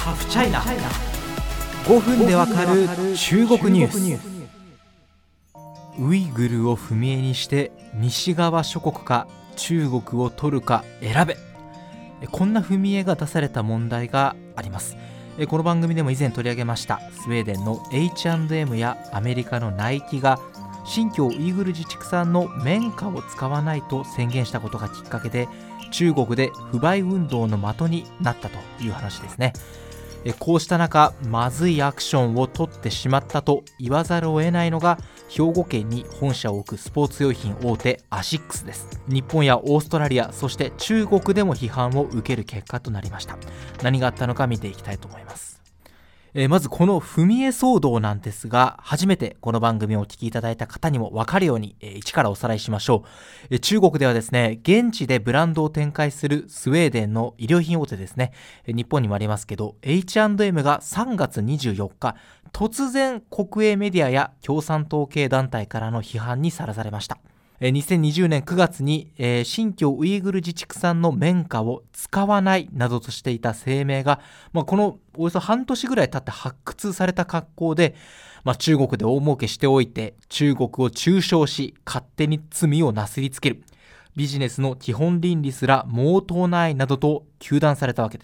ハフチャイナ、5分でわかる中国ニュース。ウイグルを踏み絵にして西側諸国か中国を取るか選べ、こんな踏み絵が出された問題があります。この番組でも以前取り上げましたスウェーデンの H&M やアメリカのナイキが新疆ウイグル自治区産の綿花を使わないと宣言したことがきっかけで、中国で不買運動の的になったという話ですね。こうした中、まずいアクションを取ってしまったと言わざるを得ないのが兵庫県に本社を置くスポーツ用品大手アシックスです。日本やオーストラリア、そして中国でも批判を受ける結果となりました。何があったのか見ていきたいと思います。まずこの踏み絵騒動なんですが、初めてこの番組をお聞きいただいた方にも分かるように、一からおさらいしましょう。中国ではですね、現地でブランドを展開するスウェーデンの衣料品大手ですね、日本にもありますけど H&M が3月24日突然国営メディアや共産党系団体からの批判にさらされました。2020年9月に、新疆ウイグル自治区産の綿花を使わないなどとしていた声明が、このおよそ半年ぐらい経って発掘された格好で、中国で大儲けしておいて中国を中傷し勝手に罪をなすりつける、ビジネスの基本倫理すら毛頭ないなどと糾弾されたわけです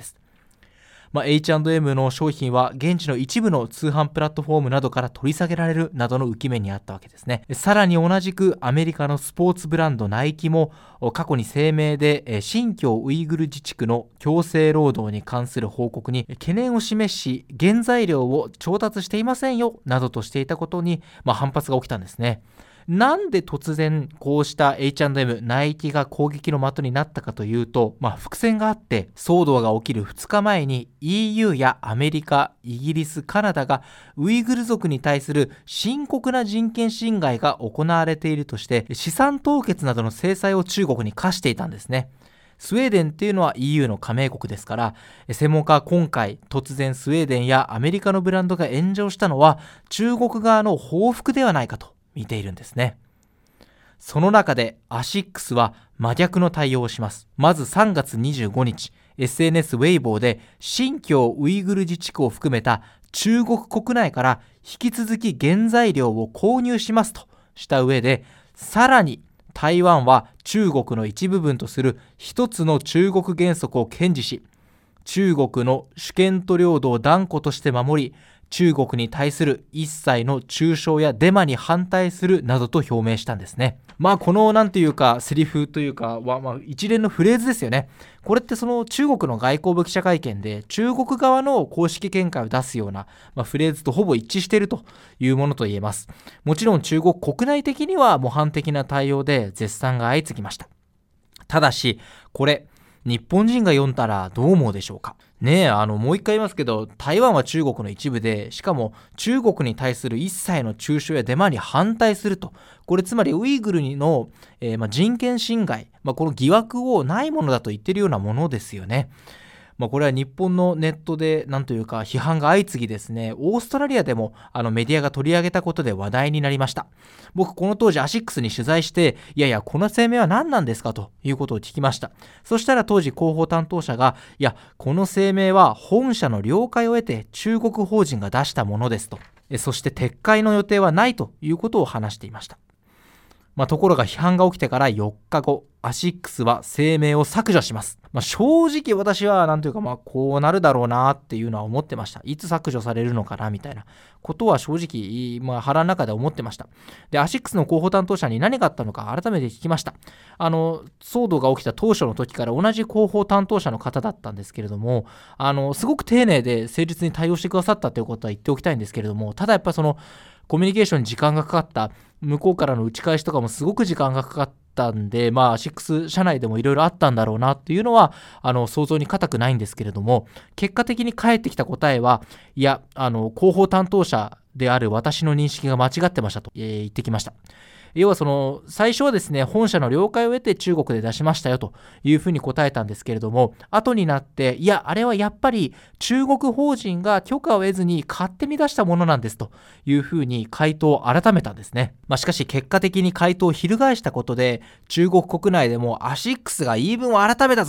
。H&M の商品は現地の一部の通販プラットフォームなどから取り下げられるなどの浮き目にあったわけですね。さらに同じくアメリカのスポーツブランドナイキも過去に声明で新疆ウイグル自治区の強制労働に関する報告に懸念を示し、原材料を調達していませんよなどとしていたことに反発が起きたんですね。なんで突然こうした H&M、ナイキが攻撃の的になったかというと、伏線があって、騒動が起きる2日前に EU やアメリカ、イギリス、カナダがウイグル族に対する深刻な人権侵害が行われているとして資産凍結などの制裁を中国に科していたんですね。スウェーデンっていうのは EU の加盟国ですから、専門家は今回突然スウェーデンやアメリカのブランドが炎上したのは中国側の報復ではないかと見ているんですね。その中でアシックスは真逆の対応をします。まず3月25日 SNS ウェイボーで新疆ウイグル自治区を含めた中国国内から引き続き原材料を購入しますとした上で、さらに台湾は中国の一部分とする一つの中国原則を堅持し、中国の主権と領土を断固として守り、中国に対する一切の中傷やデマに反対するなどと表明したんですね。このなんていうかセリフというかは、一連のフレーズですよね。これってその中国の外交部記者会見で中国側の公式見解を出すような、フレーズとほぼ一致しているというものと言えます。もちろん中国国内的には模範的な対応で絶賛が相次ぎました。ただしこれ日本人が読んだらどう思うでしょうかね。もう一回言いますけど、台湾は中国の一部で、しかも中国に対する一切の中傷やデマに反対すると、これつまりウイグルの、人権侵害、この疑惑をないものだと言っているようなものですよね。これは日本のネットでなんというか批判が相次ぎですね、オーストラリアでもメディアが取り上げたことで話題になりました。僕この当時アシックスに取材して、いやこの声明は何なんですかということを聞きました。そしたら当時広報担当者が、この声明は本社の了解を得て中国法人が出したものですと、そして撤回の予定はないということを話していました。ところが批判が起きてから4日後、アシックスは声明を削除します。正直私はなんというかこうなるだろうなっていうのは思ってました。いつ削除されるのかなみたいなことは正直腹の中で思ってました。で、アシックスの広報担当者に何があったのか改めて聞きました。騒動が起きた当初の時から同じ広報担当者の方だったんですけれども、すごく丁寧で誠実に対応してくださったということは言っておきたいんですけれども、ただやっぱそのコミュニケーションに時間がかかった、向こうからの打ち返しとかもすごく時間がかかったんで、アシックス社内でもいろいろあったんだろうなっていうのは想像に難くないんですけれども、結果的に返ってきた答えは、広報担当者である私の認識が間違ってましたと、言ってきました。要は最初はですね、本社の了解を得て中国で出しましたよというふうに答えたんですけれども、後になってあれはやっぱり中国法人が許可を得ずに勝手に出したものなんですというふうに回答を改めたんですね。しかし結果的に回答を翻したことで、中国国内でもアシックスが言い分を改めたぞ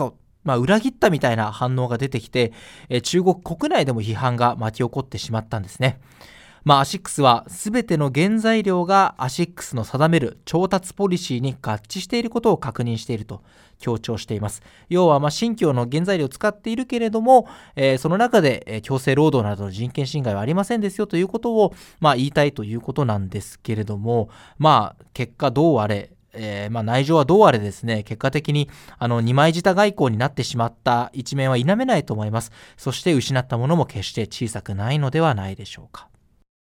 裏切ったみたいな反応が出てきて、中国国内でも批判が巻き起こってしまったんですね。アシックスは全ての原材料がアシックスの定める調達ポリシーに合致していることを確認していると強調しています。要は新疆の原材料を使っているけれども、その中で、強制労働などの人権侵害はありませんですよということを、言いたいということなんですけれども、結果どうあれ、内情はどうあれですね、結果的に二枚舌外交になってしまった一面は否めないと思います。そして失ったものも決して小さくないのではないでしょうか。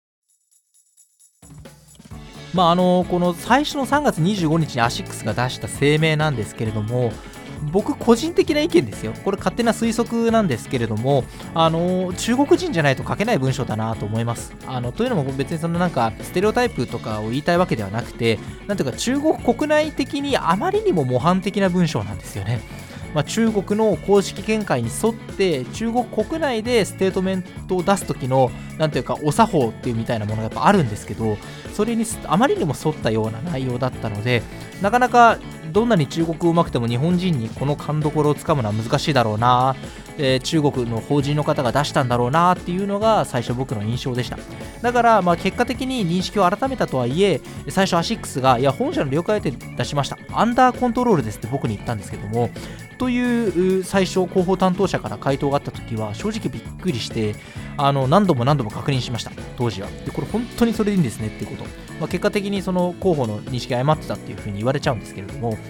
この最初の3月25日にアシックスが出した声明なんですけれども、僕個人的な意見ですよ。これ勝手な推測なんですけれども、中国人じゃないと書けない文章だなと思います。というのも別にステレオタイプとかを言いたいわけではなくて、なんていうか中国国内的にあまりにも模範的な文章なんですよね。中国の公式見解に沿って中国国内でステートメントを出す時のお作法っていうみたいなものがやっぱあるんですけど、それにあまりにも沿ったような内容だったので、なかなかどんなに中国語うまくても日本人にこの勘どころをつかむのは難しいだろうな、中国の法人の方が出したんだろうなっていうのが最初僕の印象でした。だから結果的に認識を改めたとはいえ、最初アシックスが本社の了解で出しました、アンダーコントロールですって僕に言ったんですけども、という最初広報担当者から回答があった時は正直びっくりして、何度も確認しました、当時は。でこれ本当にそれでいいんですねっていうこと、結果的にその広報の認識が誤ってたっていうふうに言われちゃうんですけれども、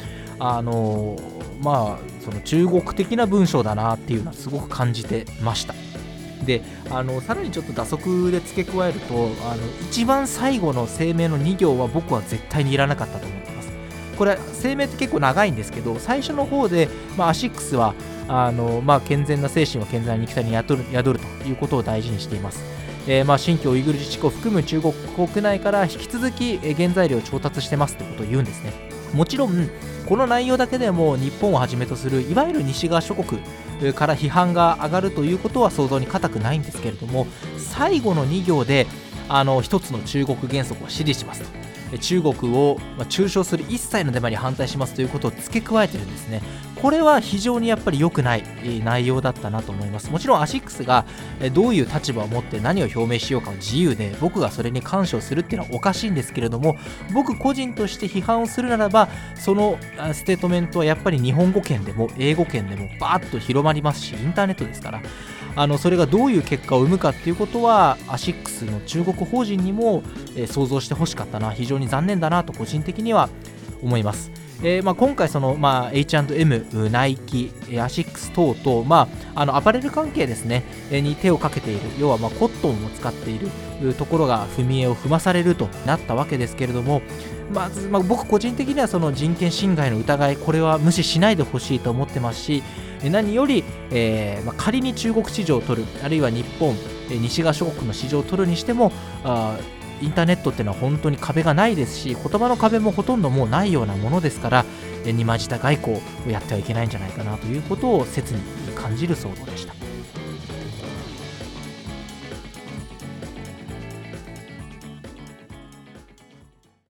その中国的な文章だなっていうのはすごく感じてました。でさらにちょっと打足で付け加えると、一番最後の声明の2行は僕は絶対にいらなかったと思ってます。これ声明って結構長いんですけど、最初の方で、アシックスは健全な精神は健全な肉体に宿るということを大事にしています。新疆ウイグル自治区を含む中国国内から引き続き原材料を調達してますってことを言うんですね。もちろんこの内容だけでも日本をはじめとするいわゆる西側諸国から批判が上がるということは想像に難くないんですけれども、最後の2行で一つの中国原則を支持しますと、中国を中傷する一切のデマに反対しますということを付け加えてるんですね。これは非常にやっぱり良くない内容だったなと思います。もちろんアシックスがどういう立場を持って何を表明しようかは自由で、僕がそれに干渉するっていうのはおかしいんですけれども、僕個人として批判をするならば、そのステートメントはやっぱり日本語圏でも英語圏でもバーッと広まりますし、インターネットですからそれがどういう結果を生むかっていうことはアシックスの中国法人にも想像してほしかったな、非常に残念だなと個人的には思います。今回その、H&M、ナイキ、アシックス等々、アパレル関係ですね、に手をかけている、要はコットンを使っているところが踏み絵を踏まされるとなったわけですけれども、まず、僕個人的にはその人権侵害の疑い、これは無視しないでほしいと思ってますし、何より、仮に中国市場を取る、あるいは日本、西側諸国の市場を取るにしても、インターネットっていうのは本当に壁がないですし、言葉の壁もほとんどもうないようなものですから、二枚舌外交をやってはいけないんじゃないかなということを切に感じる騒動でした。